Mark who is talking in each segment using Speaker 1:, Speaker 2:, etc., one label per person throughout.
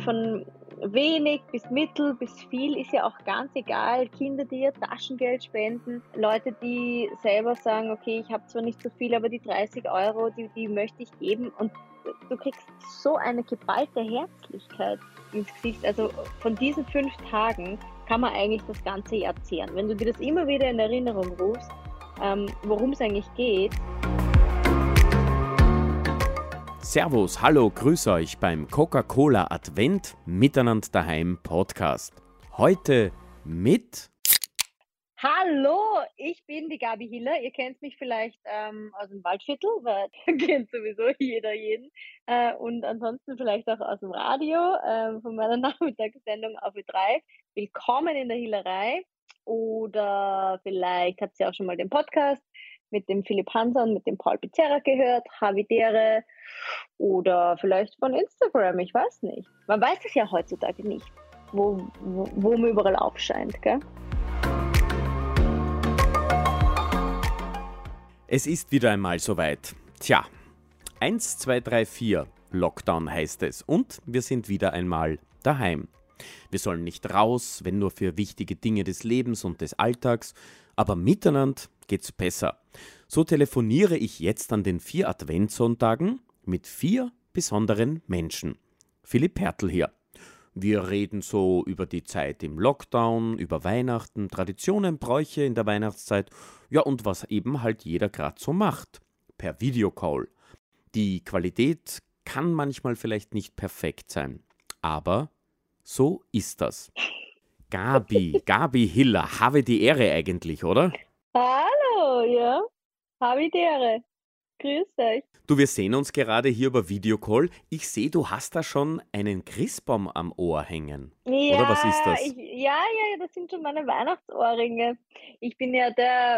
Speaker 1: von wenig bis mittel bis viel, ist ja auch ganz egal. Kinder, die ihr Taschengeld spenden, Leute, die selber sagen, okay, ich habe zwar nicht so viel, aber die 30 Euro, die möchte ich geben. Und du kriegst so eine geballte Herzlichkeit ins Gesicht. Also von diesen 5 Tagen kann man eigentlich das ganze Jahr zehren. Wenn du dir das immer wieder in Erinnerung rufst, worum es eigentlich geht.
Speaker 2: Servus, hallo, grüß euch beim Coca-Cola Advent Miteinander daheim Podcast. Heute mit...
Speaker 1: Hallo, ich bin die Gabi Hiller. Ihr kennt mich vielleicht aus dem Waldviertel, weil da kennt sowieso jeder jeden. Und ansonsten vielleicht auch aus dem Radio, von meiner Nachmittagssendung auf Ö3. Willkommen in der Hillerei. Oder vielleicht habt ihr auch schon mal den Podcast mit dem Philipp Hanser und mit dem Paul Pizzerra gehört, Havidere. Oder vielleicht von Instagram, ich weiß nicht. Man weiß es ja heutzutage nicht, wo man überall aufscheint, gell?
Speaker 2: Es ist wieder einmal soweit. Tja, 1, 2, 3, 4, Lockdown heißt es. Und wir sind wieder einmal daheim. Wir sollen nicht raus, wenn nur für wichtige Dinge des Lebens und des Alltags, aber miteinander geht's besser. So telefoniere ich jetzt an den 4 Adventssonntagen mit 4 besonderen Menschen. Philipp Pertl hier. Wir reden so über die Zeit im Lockdown, über Weihnachten, Traditionen, Bräuche in der Weihnachtszeit, ja und was eben halt jeder gerade so macht, per Videocall. Die Qualität kann manchmal vielleicht nicht perfekt sein, aber so ist das. Gabi Hiller, habe die Ehre eigentlich, oder?
Speaker 1: Hallo, ja, Havidere. Grüß euch.
Speaker 2: Du, wir sehen uns gerade hier über Videocall. Ich sehe, du hast da schon einen Christbaum am Ohr hängen. Oder was ist
Speaker 1: Ja,
Speaker 2: das?
Speaker 1: ja, das sind schon meine Weihnachtsohrringe. Ich bin ja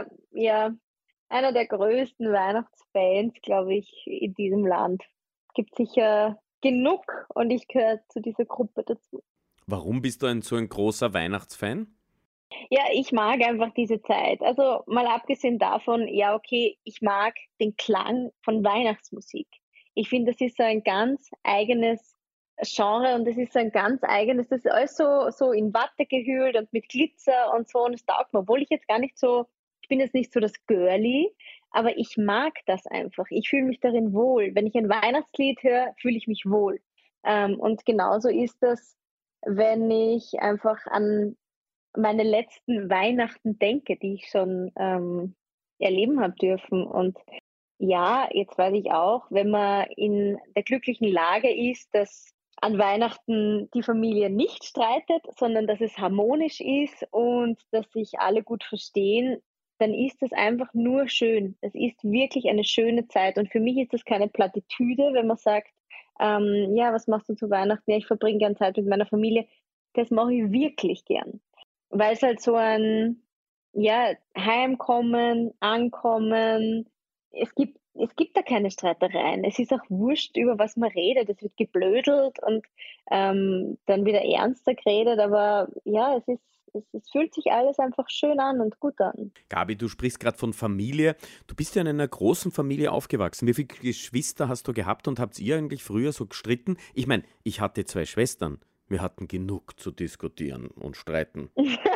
Speaker 1: einer der größten Weihnachtsfans, glaube ich, in diesem Land. Gibt sicher genug und ich gehöre zu dieser Gruppe dazu.
Speaker 2: Warum bist du so ein großer Weihnachtsfan?
Speaker 1: Ja, ich mag einfach diese Zeit. Also mal abgesehen davon, ja, okay, ich mag den Klang von Weihnachtsmusik. Ich finde, das ist so ein ganz eigenes Genre und das ist so ein ganz eigenes, das ist alles so in Watte gehüllt und mit Glitzer und so und es taugt mir. Obwohl ich jetzt gar nicht so, ich bin jetzt nicht so das Girlie, aber ich mag das einfach. Ich fühle mich darin wohl. Wenn ich ein Weihnachtslied höre, fühle ich mich wohl. Und genauso ist das, wenn ich einfach an meine letzten Weihnachten denke, die ich schon erleben habe dürfen. Und ja, jetzt weiß ich auch, wenn man in der glücklichen Lage ist, dass an Weihnachten die Familie nicht streitet, sondern dass es harmonisch ist und dass sich alle gut verstehen, dann ist das einfach nur schön. Es ist wirklich eine schöne Zeit. Und für mich ist das keine Plattitüde, wenn man sagt, ja, was machst du zu Weihnachten? Ja, ich verbringe gern Zeit mit meiner Familie. Das mache ich wirklich gern, weil es halt so ein, ja, Heimkommen, Ankommen, es gibt da keine Streitereien. Es ist auch wurscht, über was man redet. Es wird geblödelt und dann wieder ernster geredet, aber ja, es fühlt sich alles einfach schön an und gut an.
Speaker 2: Gabi, du sprichst gerade von Familie. Du bist ja in einer großen Familie aufgewachsen. Wie viele Geschwister hast du gehabt und habt ihr eigentlich früher so gestritten? Ich meine, ich hatte 2 Schwestern. Wir hatten genug zu diskutieren und streiten.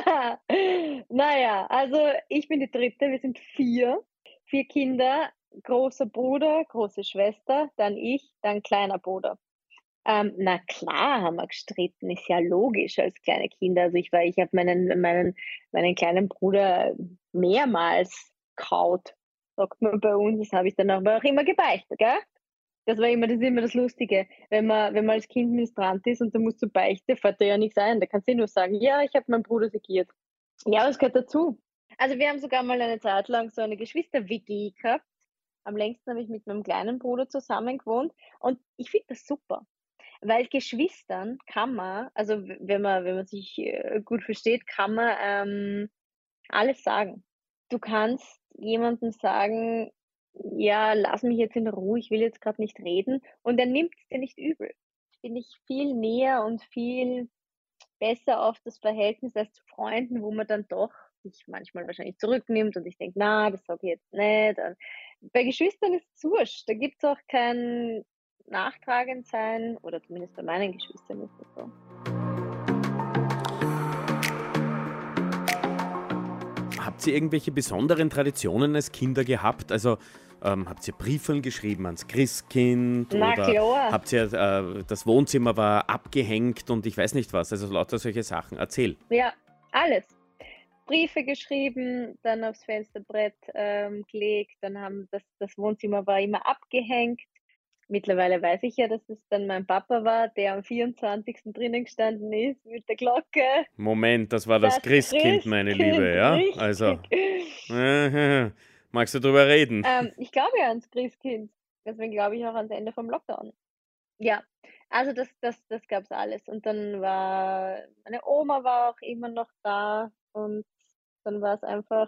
Speaker 1: Naja, also ich bin die dritte, wir sind 4. 4 Kinder, großer Bruder, große Schwester, dann ich, dann kleiner Bruder. Na klar haben wir gestritten, ist ja logisch als kleine Kinder. Also ich habe meinen kleinen Bruder mehrmals kaut, sagt man bei uns. Das habe ich dann aber auch immer gebeichtet, gell? Das ist immer das Lustige. Wenn man als Kind ministrant ist und du musst zur Beichte, fällt dir ja nichts ein. Da kannst du nur sagen, ja, ich habe meinen Bruder segiert. Ja, das gehört dazu. Also wir haben sogar mal eine Zeit lang so eine Geschwister-WG gehabt. Am längsten habe ich mit meinem kleinen Bruder zusammen gewohnt und ich finde das super. Weil Geschwistern kann man, also wenn man sich gut versteht, kann man alles sagen. Du kannst jemandem sagen, ja, lass mich jetzt in Ruhe, ich will jetzt gerade nicht reden, und er nimmt es dir nicht übel. Finde ich viel näher und viel besser auf das Verhältnis als zu Freunden, wo man dann doch sich manchmal wahrscheinlich zurücknimmt und ich denke, na, das sage ich jetzt nicht. Und bei Geschwistern ist es wurscht. Da gibt es auch kein, nachtragend sein, oder zumindest bei meinen Geschwistern ist das so.
Speaker 2: Habt ihr irgendwelche besonderen Traditionen als Kinder gehabt? Also habt ihr Briefeln geschrieben ans Christkind
Speaker 1: Na
Speaker 2: oder
Speaker 1: klar.
Speaker 2: habt ihr das Wohnzimmer war abgehängt und ich weiß nicht was, also lauter solche Sachen. Erzähl.
Speaker 1: Ja, alles. Briefe geschrieben, dann aufs Fensterbrett gelegt, dann haben das Wohnzimmer war immer abgehängt. Mittlerweile weiß ich ja, dass es dann mein Papa war, der am 24. drinnen gestanden ist mit der Glocke.
Speaker 2: Moment, das war das
Speaker 1: Das
Speaker 2: Christkind, meine Liebe,
Speaker 1: Christkind,
Speaker 2: ja? Also,
Speaker 1: richtig.
Speaker 2: magst du drüber reden?
Speaker 1: Ich glaube ja ans Christkind. Deswegen glaube ich auch ans Ende vom Lockdown. Ja, also das gab's alles. Und dann war meine Oma war auch immer noch da und dann war es einfach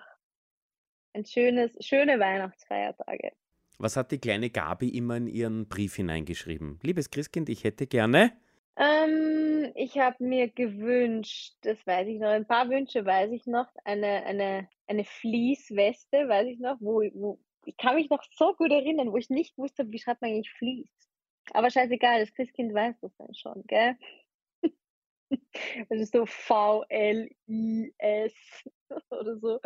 Speaker 1: schöne Weihnachtsfeiertage.
Speaker 2: Was hat die kleine Gabi immer in ihren Brief hineingeschrieben? Liebes Christkind, ich hätte gerne.
Speaker 1: Ich habe mir gewünscht, das weiß ich noch, ein paar Wünsche weiß ich noch, eine Fleece-Weste, weiß ich noch, wo ich kann mich noch so gut erinnern, wo ich nicht wusste, wie schreibt man eigentlich Fleece? Aber scheißegal, das Christkind weiß das dann schon, gell? Das ist so VLIS oder so.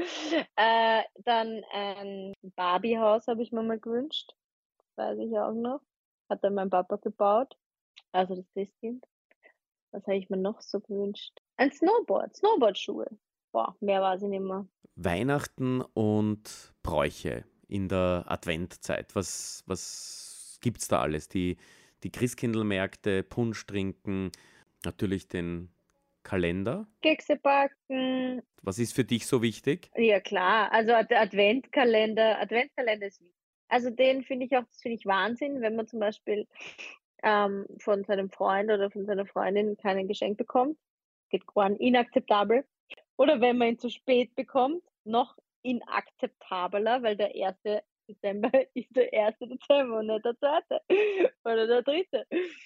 Speaker 1: Dann ein Barbiehaus habe ich mir mal gewünscht, weiß ich auch noch. Hat dann mein Papa gebaut, also das Christkind. Was habe ich mir noch so gewünscht? Ein Snowboard, Snowboardschuhe. Boah, mehr weiß ich nicht mehr.
Speaker 2: Weihnachten und Bräuche in der Adventzeit. Was gibt's da alles? Die Christkindlmärkte, Punsch trinken, natürlich den Kalender.
Speaker 1: Kekse backen,
Speaker 2: Was ist für dich so wichtig?
Speaker 1: ja klar, also Adventskalender ist wichtig. Also den finde ich auch, das finde ich Wahnsinn, wenn man zum Beispiel von seinem Freund oder von seiner Freundin kein Geschenk bekommt. Geht gar inakzeptabel. Oder wenn man ihn zu spät bekommt, noch inakzeptabler, weil der 1. Dezember ist der 1. Dezember und nicht der 2. oder der 3.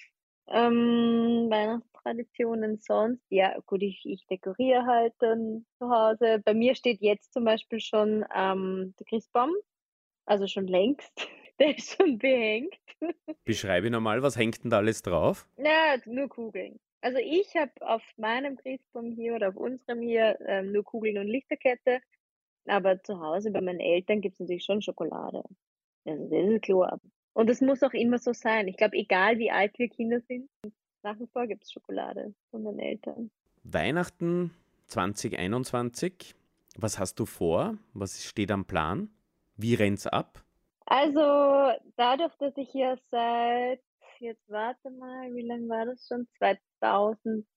Speaker 1: Weihnachtstraditionen sonst, ja gut, ich dekoriere halt dann zu Hause. Bei mir steht jetzt zum Beispiel schon der Christbaum, also schon längst. Der ist schon behängt.
Speaker 2: Beschreibe nochmal, was hängt denn da alles drauf?
Speaker 1: Na, nur Kugeln. Also ich habe auf meinem Christbaum hier oder auf unserem hier nur Kugeln und Lichterkette. Aber zu Hause bei meinen Eltern gibt's natürlich schon Schokolade. Also das ist klar. Und es muss auch immer so sein. Ich glaube, egal wie alt wir Kinder sind, nach wie vor gibt's Schokolade von meinen Eltern.
Speaker 2: Weihnachten 2021. Was hast du vor? Was steht am Plan? Wie rennt's ab?
Speaker 1: Also dadurch, dass ich ja jetzt warte mal, wie lange war das schon? 2015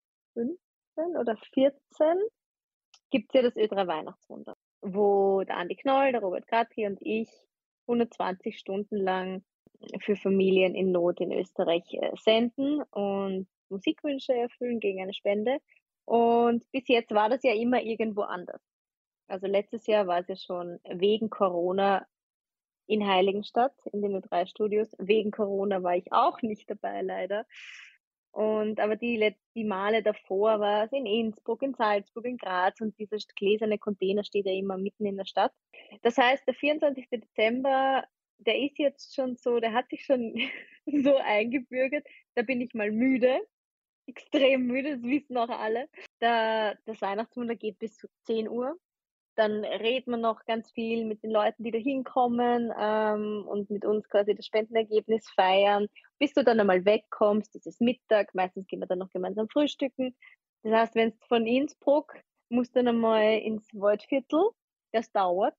Speaker 1: oder 14 gibt's ja das Ö3 Weihnachtswunder, wo der Andi Knoll, der Robert Kratky und ich 120 Stunden lang für Familien in Not in Österreich senden und Musikwünsche erfüllen gegen eine Spende. Und bis jetzt war das ja immer irgendwo anders. Also letztes Jahr war es ja schon wegen Corona in Heiligenstadt in den Ö3-Studios. Wegen Corona war ich auch nicht dabei, leider. Aber die Male davor war es in Innsbruck, in Salzburg, in Graz und dieser gläserne Container steht ja immer mitten in der Stadt. Das heißt, der 24. Dezember, der ist jetzt schon so, der hat sich schon so eingebürgert. Da bin ich mal müde, extrem müde, das wissen auch alle. Das Weihnachtswunder geht bis zu 10 Uhr. Dann redet man noch ganz viel mit den Leuten, die da hinkommen und mit uns quasi das Spendenergebnis feiern. Bis du dann einmal wegkommst, ist es Mittag, meistens gehen wir dann noch gemeinsam frühstücken. Das heißt, wenn es von Innsbruck, musst du dann einmal ins Waldviertel, das dauert.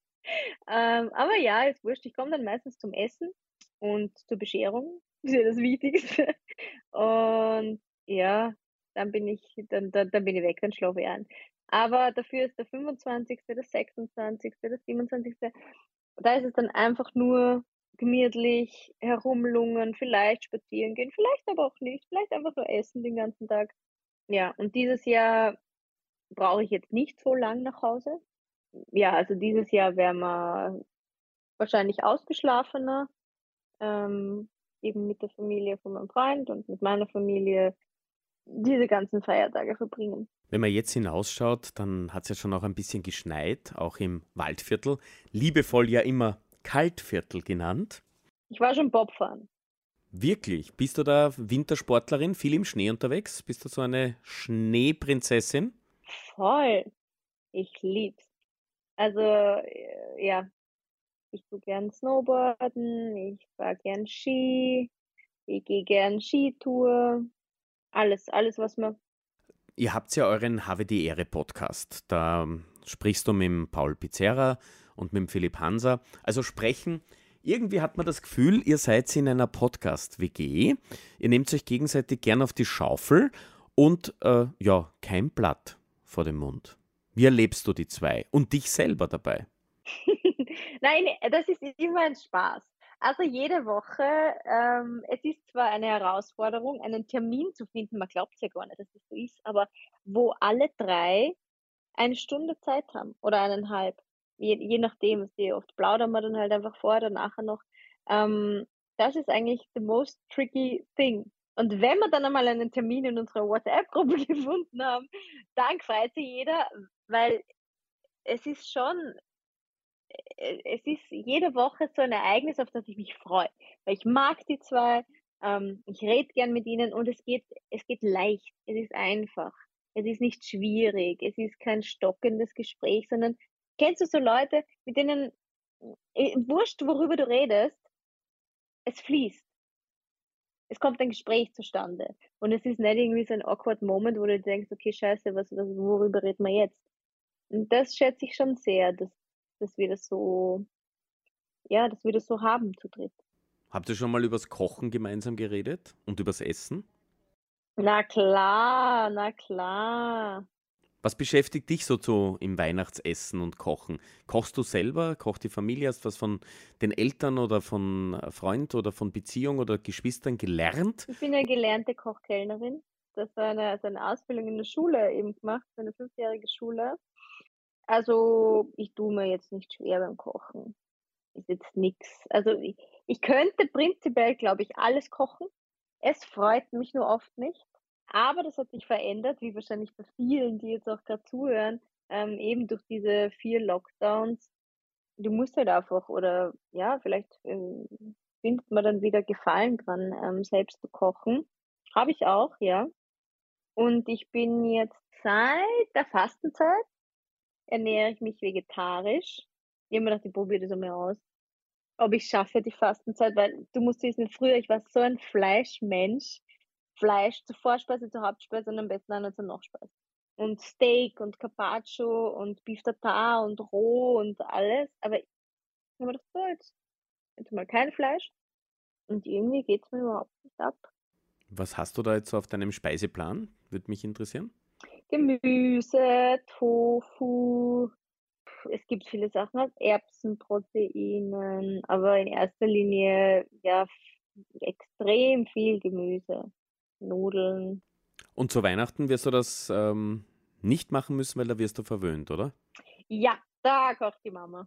Speaker 1: Aber ja, ist wurscht, ich komme dann meistens zum Essen und zur Bescherung, das ist ja das Wichtigste. Und ja, dann bin ich weg, dann schlafe ich ein. Aber dafür ist der 25., der 26., der 27., da ist es dann einfach nur gemütlich herumlungern, vielleicht spazieren gehen, vielleicht aber auch nicht, vielleicht einfach nur essen den ganzen Tag. Ja, und dieses Jahr brauche ich jetzt nicht so lang nach Hause. Ja, also dieses Jahr wären wir wahrscheinlich ausgeschlafener, eben mit der Familie von meinem Freund und mit meiner Familie diese ganzen Feiertage verbringen.
Speaker 2: Wenn man jetzt hinausschaut, dann hat es ja schon auch ein bisschen geschneit, auch im Waldviertel. Liebevoll ja immer Kaltviertel genannt.
Speaker 1: Ich war schon Bobfahren.
Speaker 2: Wirklich? Bist du da Wintersportlerin, viel im Schnee unterwegs? Bist du so eine Schneeprinzessin?
Speaker 1: Voll. Ich lieb's. Also, ja, ich tue gern Snowboarden, ich fahre gern Ski, ich gehe gern Skitour, alles, was man.
Speaker 2: Ihr habt ja euren Have die Ehre Podcast. Da sprichst du mit dem Paul Pizzerra und mit dem Philipp Hanser. Also sprechen, irgendwie hat man das Gefühl, ihr seid in einer Podcast-WG. Ihr nehmt euch gegenseitig gern auf die Schaufel und ja, kein Blatt vor dem Mund. Wie erlebst du die zwei und dich selber dabei?
Speaker 1: Nein, das ist immer ein Spaß. Also jede Woche, es ist zwar eine Herausforderung, einen Termin zu finden, man glaubt ja gar nicht, dass das so ist, aber wo alle 3 eine Stunde Zeit haben oder 1,5, je nachdem, wie oft plaudern wir dann halt einfach vor oder nachher noch. Ähm, Das ist eigentlich the most tricky thing. Und wenn wir dann einmal einen Termin in unserer WhatsApp-Gruppe gefunden haben, dann freut sich jeder, weil es ist schon es ist jede Woche so ein Ereignis, auf das ich mich freue, weil ich mag die 2, ich rede gern mit ihnen und es geht leicht, es ist einfach. Es ist nicht schwierig, es ist kein stockendes Gespräch, sondern kennst du so Leute, mit denen, wurscht, worüber du redest, es fließt. Es kommt ein Gespräch zustande und es ist nicht irgendwie so ein awkward Moment, wo du denkst: „Okay, scheiße, worüber reden wir jetzt?“ Und das schätze ich schon sehr, dass wir das so ja, dass wir das so haben zu dritt.
Speaker 2: Habt ihr schon mal übers Kochen gemeinsam geredet und übers Essen?
Speaker 1: Na klar, na klar.
Speaker 2: Was beschäftigt dich so im Weihnachtsessen und Kochen? Kochst du selber? Kocht die Familie? Hast du was von den Eltern oder von Freund oder von Beziehung oder Geschwistern gelernt?
Speaker 1: Ich bin ja gelernte Kochkellnerin. Das war eine Ausbildung in der Schule eben gemacht, so 'ne 5-jährige Schule. Also, ich tue mir jetzt nicht schwer beim Kochen. Ist jetzt nix. Also, ich könnte prinzipiell, glaube ich, alles kochen. Es freut mich nur oft nicht. Aber das hat sich verändert, wie wahrscheinlich bei vielen, die jetzt auch grad zuhören, eben durch diese 4 Lockdowns. Du musst halt einfach oder ja, vielleicht, findet man dann wieder Gefallen dran, selbst zu kochen. Habe ich auch, ja. Und ich bin jetzt seit der Fastenzeit ernähre ich mich vegetarisch. Ich habe mir gedacht, ich probiere das einmal aus, ob ich schaffe die Fastenzeit, weil du musst wissen, früher, ich war so ein Fleischmensch. Fleisch zur Vorspeise, zur Hauptspeise und am besten auch noch zur Nachspeise. Und Steak und Carpaccio und Beef Tartare und roh und alles. Aber ich habe mir gedacht: „So, jetzt mal kein Fleisch.“ Und irgendwie geht's mir überhaupt nicht ab.
Speaker 2: Was hast du da jetzt so auf deinem Speiseplan? Würde mich interessieren.
Speaker 1: Gemüse, Tofu, es gibt viele Sachen aus Erbsenproteinen, aber in erster Linie, ja, extrem viel Gemüse, Nudeln.
Speaker 2: Und zu Weihnachten wirst du das nicht machen müssen, weil da wirst du verwöhnt, oder?
Speaker 1: Ja, da kocht die Mama.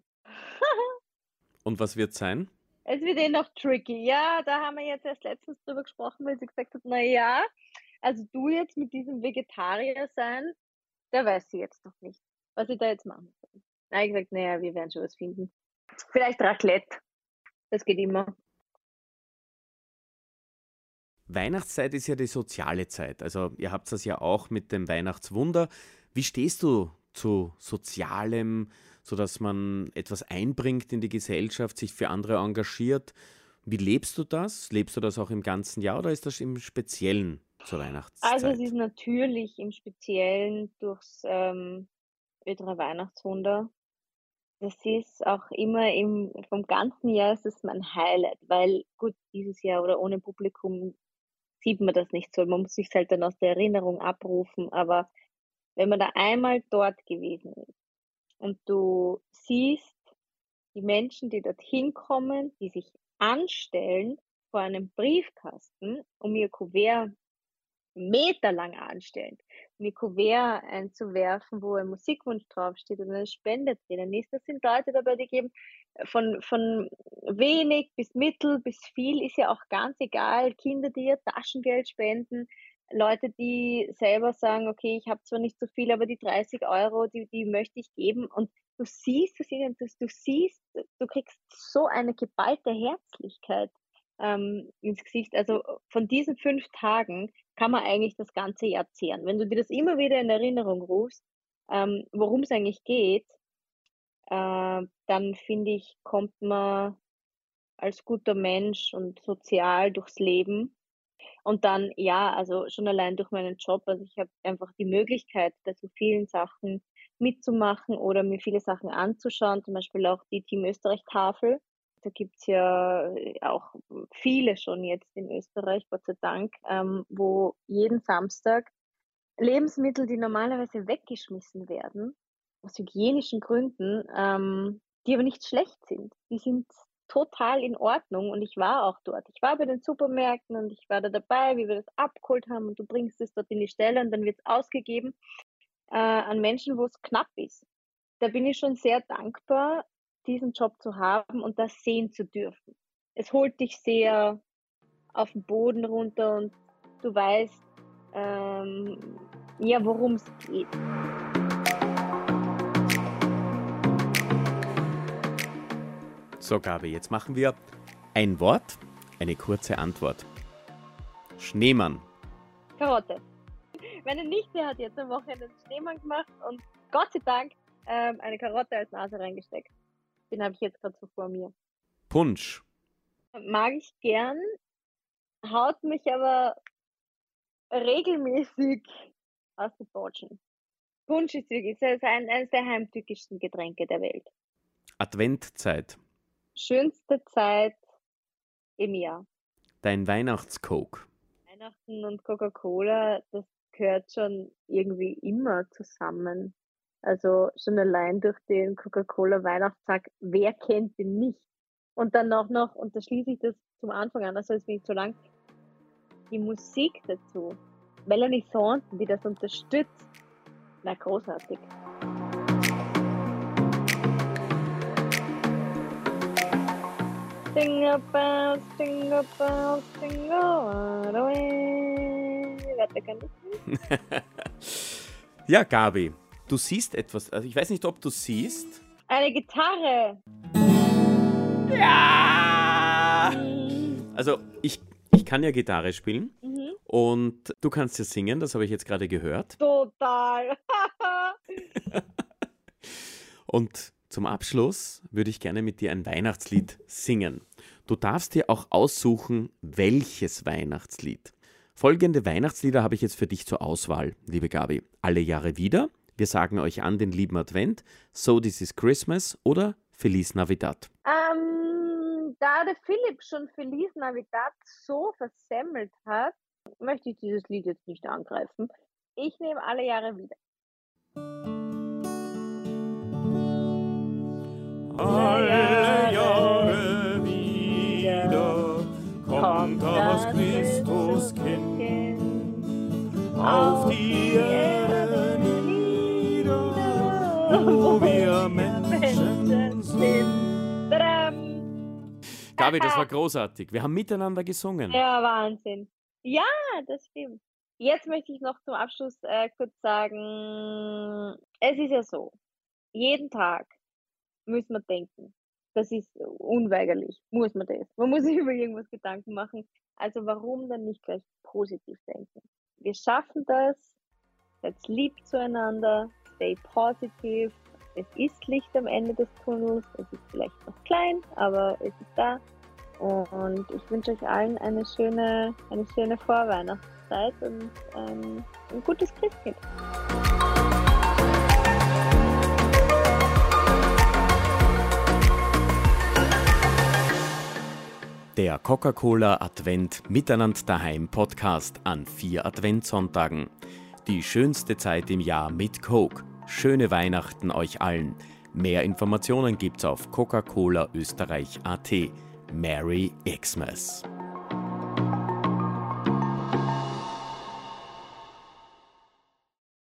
Speaker 2: Und was wird sein?
Speaker 1: Es wird eh noch tricky. Ja, da haben wir jetzt erst letztens drüber gesprochen, weil sie gesagt hat: „Na ja, also du jetzt mit diesem Vegetarier sein, da weiß sie jetzt noch nicht, was ich da jetzt machen soll.“ Da habe ich gesagt: „Na ja, wir werden schon was finden. Vielleicht Raclette, das geht immer.“
Speaker 2: Weihnachtszeit ist ja die soziale Zeit. Also ihr habt das ja auch mit dem Weihnachtswunder. Wie stehst du zu Sozialem, sodass man etwas einbringt in die Gesellschaft, sich für andere engagiert? Wie lebst du das? Lebst du das auch im ganzen Jahr oder ist das im Speziellen zur
Speaker 1: Also, es ist
Speaker 2: Weihnachtszeit?
Speaker 1: natürlich im Speziellen durchs, Ältere Weihnachtswunder. Das ist auch immer vom ganzen Jahr ist es mein Highlight, weil gut, dieses Jahr oder ohne Publikum sieht man das nicht so. Man muss sich's halt dann aus der Erinnerung abrufen, aber wenn man da einmal dort gewesen ist und du siehst die Menschen, die dorthin kommen, die sich anstellen vor einem Briefkasten, um ihr Kuvert meterlang anstellen, um ihr Kuvert einzuwerfen, wo ein Musikwunsch draufsteht und eine Spende drinnen ist. Das sind Leute dabei, die geben von wenig bis mittel bis viel, ist ja auch ganz egal. Kinder, die ihr Taschengeld spenden, Leute, die selber sagen: „Okay, ich habe zwar nicht so viel, aber die 30 €, die möchte ich geben.“ Und du siehst es ihnen, du siehst, du kriegst so eine geballte Herzlichkeit. ins Gesicht. Also von diesen 5 Tagen kann man eigentlich das ganze Jahr zehren. Wenn du dir das immer wieder in Erinnerung rufst, worum es eigentlich geht, dann finde ich, kommt man als guter Mensch und sozial durchs Leben. Und dann, ja, also schon allein durch meinen Job, also ich habe einfach die Möglichkeit, bei so vielen Sachen mitzumachen oder mir viele Sachen anzuschauen, zum Beispiel auch die Team Österreich-Tafel. Da gibt's ja auch viele schon jetzt in Österreich, Gott sei Dank, wo jeden Samstag Lebensmittel, die normalerweise weggeschmissen werden, aus hygienischen Gründen, die aber nicht schlecht sind. Die sind total in Ordnung und ich war auch dort. Ich war bei den Supermärkten und ich war da dabei, wie wir das abgeholt haben und du bringst es dort in die Stelle und dann wird es ausgegeben an Menschen, wo es knapp ist. Da bin ich schon sehr dankbar, diesen Job zu haben und das sehen zu dürfen. Es holt dich sehr auf den Boden runter und du weißt, ja, worum es geht.
Speaker 2: So, Gabi, jetzt machen wir ein Wort, eine kurze Antwort. Schneemann.
Speaker 1: Karotte. Meine Nichte hat jetzt am Wochenende einen Schneemann gemacht und Gott sei Dank eine Karotte als Nase reingesteckt. Den habe ich jetzt gerade so vor mir.
Speaker 2: Punsch.
Speaker 1: Mag ich gern, haut mich aber regelmäßig aus den Botschen. Punsch ist wirklich eines der heimtückischsten Getränke der Welt.
Speaker 2: Adventzeit.
Speaker 1: Schönste Zeit im Jahr.
Speaker 2: Dein Weihnachtscoke.
Speaker 1: Weihnachten und Coca-Cola, das gehört schon irgendwie immer zusammen. Also schon allein durch den Coca-Cola-Weihnachtstag, wer kennt den nicht? Und dann auch noch, und da schließe ich das zum Anfang an, also ist nicht so lang, die Musik dazu. Melanie Thornton, die das unterstützt. Na, großartig. Jingle bells, jingle bells, jingle all the way. Wer kann das?
Speaker 2: Ja, Gabi, du siehst etwas. Also ich weiß nicht, ob du siehst.
Speaker 1: Eine Gitarre.
Speaker 2: Ja! Also ich kann ja Gitarre spielen und du kannst ja singen, das habe ich jetzt gerade gehört.
Speaker 1: Total.
Speaker 2: Und zum Abschluss würde ich gerne mit dir ein Weihnachtslied singen. Du darfst dir auch aussuchen, welches Weihnachtslied. Folgende Weihnachtslieder habe ich jetzt für dich zur Auswahl, liebe Gabi. Alle Jahre wieder, wir sagen euch an den lieben Advent, So This Is Christmas oder Feliz Navidad.
Speaker 1: Da der Philipp schon Feliz Navidad so versemmelt hat, möchte ich dieses Lied jetzt nicht angreifen. Ich nehme Alle Jahre wieder.
Speaker 3: Alle Jahre wieder kommt das Christuskind auf die Erde nieder, wo wir Menschen sind.
Speaker 1: Tadam!
Speaker 2: Gabi, das war großartig. Wir haben miteinander gesungen.
Speaker 1: Ja, Wahnsinn. Ja, das stimmt. Jetzt möchte ich noch zum Abschluss kurz sagen, es ist ja so, jeden Tag müssen wir denken. Das ist unweigerlich, muss man das. Man muss sich über irgendwas Gedanken machen. Also warum dann nicht gleich positiv denken? Wir schaffen das, seid lieb zueinander, stay positive. Es ist Licht am Ende des Tunnels, es ist vielleicht noch klein, aber es ist da. Und ich wünsche euch allen eine schöne Vorweihnachtszeit und ein gutes Christkind.
Speaker 2: Der Coca-Cola Advent Miteinander daheim Podcast an 4 Adventssonntagen. Die schönste Zeit im Jahr mit Coke. Schöne Weihnachten euch allen. Mehr Informationen gibt's auf Coca-Cola Österreich.at. Merry Xmas.